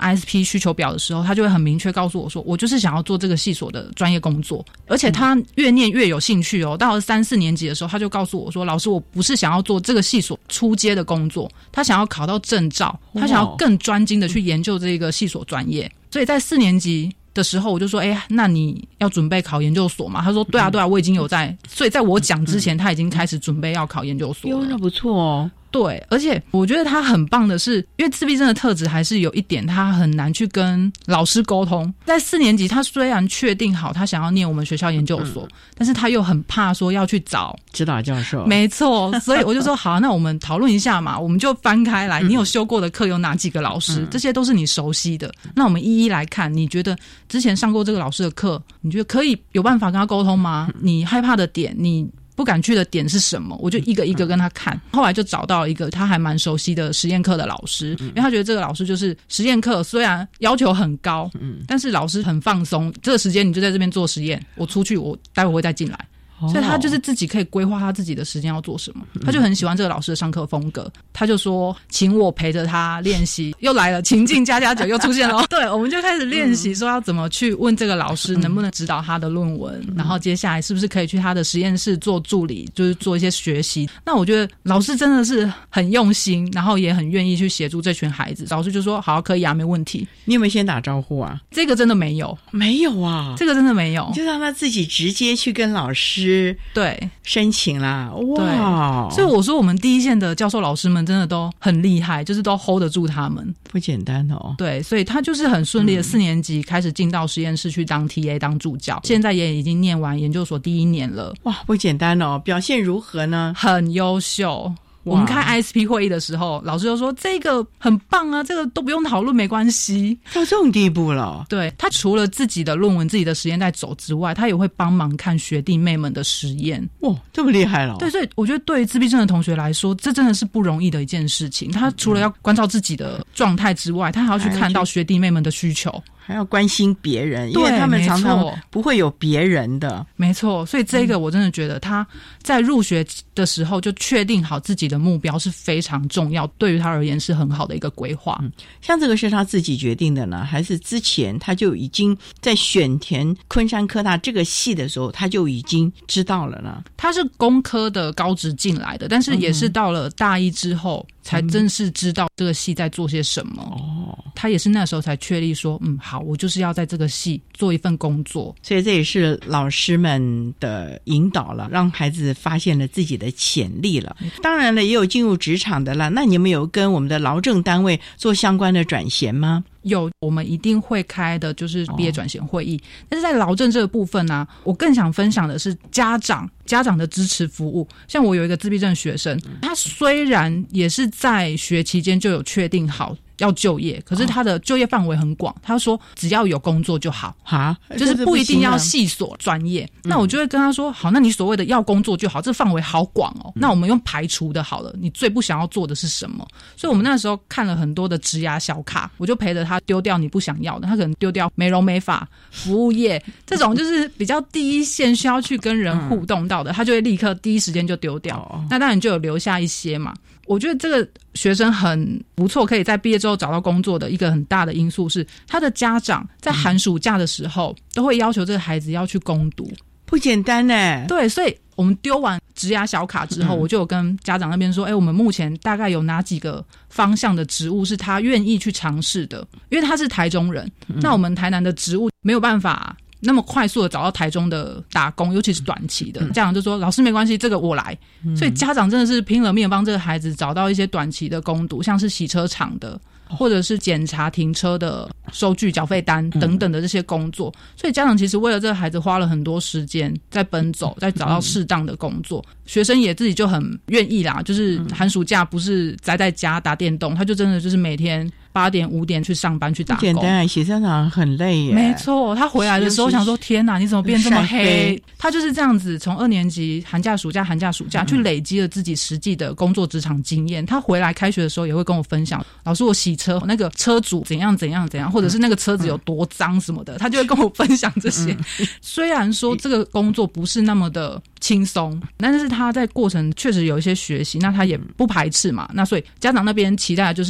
ISP 需求表的时候，他就会很明确告诉我说，我就是想要做这个系所的专业工作，而且他越念越有兴趣哦。到了3、4年级的时候，他就告诉我说，老师，我不是想要做这个系所初阶的工作，他想要考到证照，他想要更专精的去研究这个系所专业。所以在4年级的时候，我就说，那你要准备考研究所吗？他说，对啊，我已经有在，所以在我讲之前，他已经开始准备要考研究所了。
那不错哦。
对，而且我觉得他很棒的是，因为自闭症的特质还是有一点，他很难去跟老师沟通。在4年级，他虽然确定好他想要念我们学校研究所，但是他又很怕说要去找
指导教授。
没错，所以我就说好，那我们讨论一下嘛，我们就翻开来，你有修过的课有哪几个老师？这些都是你熟悉的，那我们一一来看。你觉得之前上过这个老师的课，你觉得可以有办法跟他沟通吗？你害怕的点，你不敢去的点是什么？我就一个一个跟他看，后来就找到一个他还蛮熟悉的实验课的老师，因为他觉得这个老师就是实验课虽然要求很高，但是老师很放松，这个时间你就在这边做实验，我出去我待会会再进来。所以他就是自己可以规划他自己的时间要做什么，他就很喜欢这个老师的上课风格，他就说请我陪着他练习，又来了情境++9又出现了对，我们就开始练习说要怎么去问这个老师能不能指导他的论文，然后接下来是不是可以去他的实验室做助理，就是做一些学习。那我觉得老师真的是很用心，然后也很愿意去协助这群孩子。老师就说好，可以啊，没问题。
你有没有先打招呼啊？
这个真的没有。
没有啊，这
个真的没有，
你就让他自己直接去跟老师
对
申请啦。哇，
所以我说我们第一线的教授老师们真的都很厉害，就是都 hold 得住他们，
不简单哦。
对，所以他就是很顺利的4年级开始进到实验室去当 TA 当助教，现在也已经念完研究所第1年了。
哇，不简单哦。表现如何呢？
很优秀。我们开 ISP 会议的时候，老师就说这个很棒啊，这个都不用讨论，没关系。
到这种地步了。
对，他除了自己的论文、自己的实验在走之外，他也会帮忙看学弟妹们的实验。
哇，这么厉害了。
对，所以我觉得对于自闭症的同学来说，这真的是不容易的一件事情。他除了要关照自己的状态之外，他还要去看到学弟妹们的需求，
还要关心别人，因为他们常常不会有别人的。
没错，所以这个我真的觉得他在入学的时候就确定好自己的目标是非常重要，对于他而言是很好的一个规划。
像这个是他自己决定的呢，还是之前他就已经在选填昆山科大这个系的时候他就已经知道了呢？
他是工科的高职进来的，但是也是到了大一之后才正式知道这个系在做些什么。他也是那时候才确立说好，我就是要在这个系做一份工作。
所以这也是老师们的引导了，让孩子发现了自己的潜力了。当然了，也有进入职场的了。那你们有跟我们的劳政单位做相关的转衔吗？
有，我们一定会开的就是毕业转衔会议。但是在劳政这个部分呢，我更想分享的是家长的支持服务。像我有一个自闭症学生，他虽然也是在学期间就有确定好要就业，可是他的就业范围很广，他说只要有工作就好，就是不一定要系所专业。那我就会跟他说好，那你所谓的要工作就好，这范围好广哦，那我们用排除的好了，你最不想要做的是什么？所以我们那时候看了很多的职涯小卡，我就陪着他丢掉你不想要的，他可能丢掉美容美发、服务业这种就是比较第一线需要去跟人互动到的，他就会立刻第一时间就丢掉。那当然就有留下一些嘛。我觉得这个学生很不错，可以在毕业之后找到工作的一个很大的因素是，他的家长在寒暑假的时候都会要求这个孩子要去攻读，
不简单呢。
对，所以我们丢完职涯小卡之后，我就有跟家长那边说，我们目前大概有哪几个方向的职务是他愿意去尝试的，因为他是台中人，那我们台南的职务没有办法那么快速的找到台中的打工，尤其是短期的。家长就说老师没关系，这个我来。所以家长真的是拼了命帮这个孩子找到一些短期的工读，像是洗车场的，或者是检查停车的收据缴费单等等的这些工作。所以家长其实为了这个孩子花了很多时间在奔走，在找到适当的工作。学生也自己就很愿意啦，就是寒暑假不是宅在家打电动，他就真的就是每天8点5点去上班去打工。
简单，洗车场很累耶。
没错，他回来的时候想说天哪，你怎么变这么黑？他就是这样子，从2年级寒假暑假去累积了自己实际的工作职场经验。他回来开学的时候也会跟我分享，老师我洗车那个车主怎样，或者是那个车子有多脏什么的，他就会跟我分享这些。虽然说这个工作不是那么的轻松，但是他在过程确实有一些学习，那他也不排斥嘛。那所以家长那边期待的就是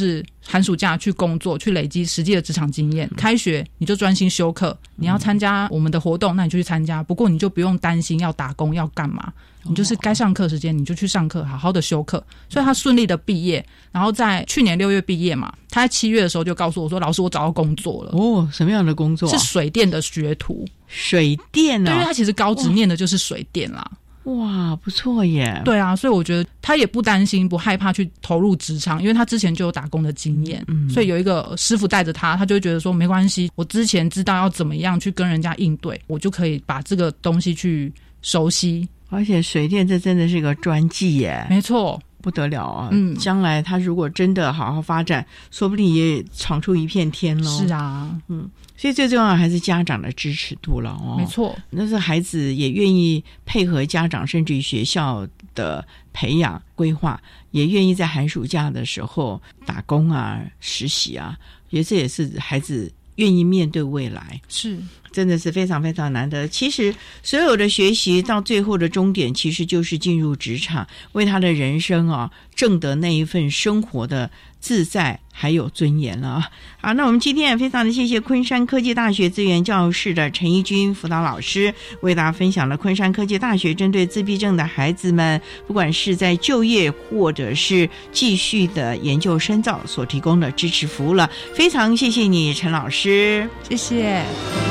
寒暑假去工作，去累积实际的职场经验。开学你就专心修课，你要参加我们的活动，那你就去参加。不过你就不用担心要打工要干嘛，你就是该上课时间你就去上课，好好的修课。所以他顺利的毕业，然后在去年6月毕业嘛，他在7月的时候就告诉我说，老师我找到工作了。
哦，什么样的工作？
是水电的学徒。
水电啊？
对，因为他其实高职念的就是水电啦。
哇，不错耶。
对啊，所以我觉得他也不担心不害怕去投入职场，因为他之前就有打工的经验，所以有一个师傅带着他就会觉得说没关系，我之前知道要怎么样去跟人家应对，我就可以把这个东西去熟悉。
而且水电这真的是个专技耶。
没错，
不得了啊！将来他如果真的好好发展，说不定也闯出一片天咯。
是啊，
所以最重要的还是家长的支持度了哦。
没错，
那是孩子也愿意配合家长，甚至于学校的培养规划，也愿意在寒暑假的时候打工啊、实习啊，觉得这也是孩子愿意面对未来。
是。
真的是非常非常难得。其实所有的学习到最后的终点，其实就是进入职场，为他的人生啊挣得那一份生活的自在还有尊严了。好，那我们今天也非常的谢谢昆山科技大学资源教室的陈怡君辅导老师，为大家分享了昆山科技大学针对自闭症的孩子们，不管是在就业或者是继续的研究深造所提供的支持服务了。非常谢谢你，陈老师。
谢谢。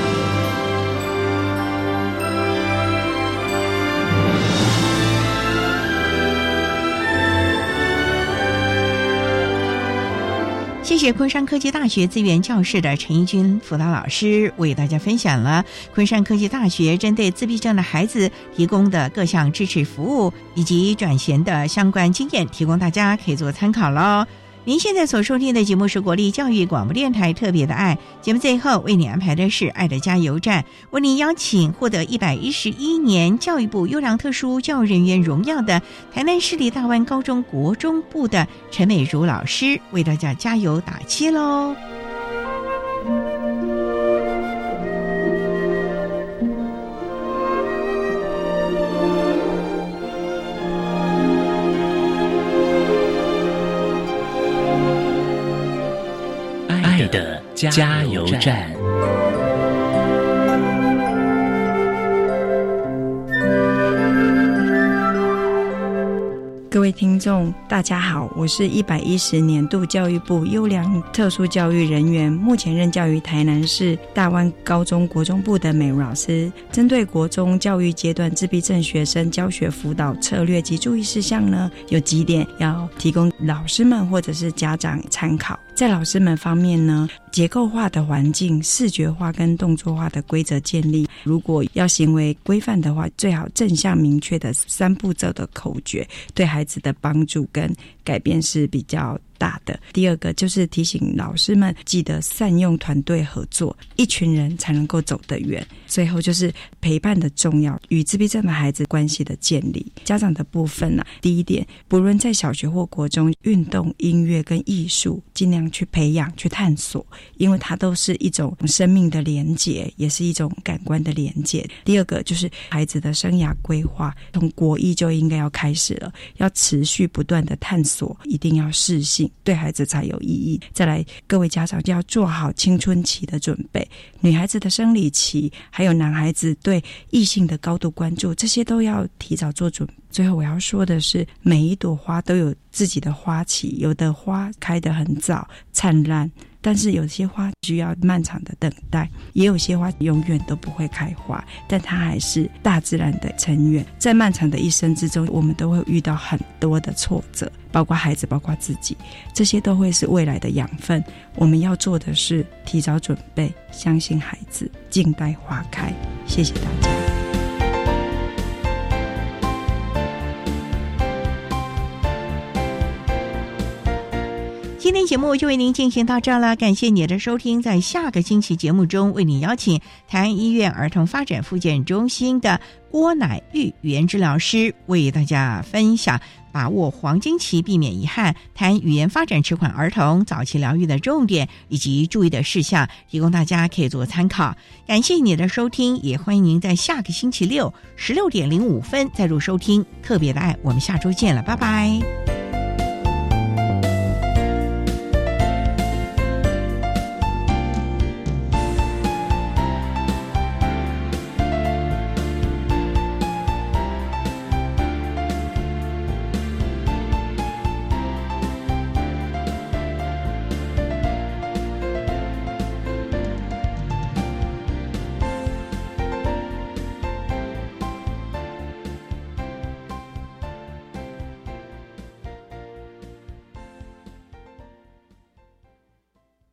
谢谢昆山科技大学资源教室的陈怡君辅导老师为大家分享了昆山科技大学针对自闭症的孩子提供的各项支持服务以及转衔的相关经验，提供大家可以做参考咯。您现在所收听的节目是国立教育广播电台特别的爱节目，最后为你安排的是爱的加油站，为您邀请获得111年教育部优良特殊教育人员荣耀的台南市立大湾高中国中部的陈美如老师为大家加油打气咯。
爱的加油站。
各位听众大家好，我是110年度教育部优良特殊教育人员，目前任教于台南市大湾高中国中部的美如老师。针对国中教育阶段自闭症学生教学辅导策略及注意事项呢，有几点要提供老师们或者是家长参考。在老师们方面呢，结构化的环境、视觉化跟动作化的规则建立，如果要行为规范的话，最好正向明确的3步骤的口诀，对孩子的帮助跟改变是比较大的。第二个就是提醒老师们记得善用团队合作，一群人才能够走得远。最后就是陪伴的重要，与自闭症的孩子关系的建立。家长的部分啊，第一点，不论在小学或国中，运动、音乐跟艺术尽量去培养、去探索，因为它都是一种生命的连结，也是一种感官的连结。第二个就是孩子的生涯规划，从国1就应该要开始了，要持续不断的探索，一定要适性，对孩子才有意义。再来，各位家长就要做好青春期的准备，女孩子的生理期，还有男孩子对异性的高度关注，这些都要提早做准备。最后我要说的是，每一朵花都有自己的花期，有的花开得很早灿烂，但是有些花需要漫长的等待，也有些花永远都不会开花，但它还是大自然的成员。在漫长的一生之中，我们都会遇到很多的挫折，包括孩子，包括自己，这些都会是未来的养分。我们要做的是提早准备，相信孩子，静待花开。谢谢大家。
今天节目就为您进行到这儿了，感谢你的收听。在下个星期节目中，为您邀请台安医院儿童发展复健中心的郭乃玉语言治疗师为大家分享把握黄金期，避免遗憾，谈语言发展迟缓儿童早期疗愈的重点以及注意的事项，提供大家可以做参考。感谢你的收听，也欢迎您在下个星期六16:05再入收听特别的爱。我们下周见了，拜拜。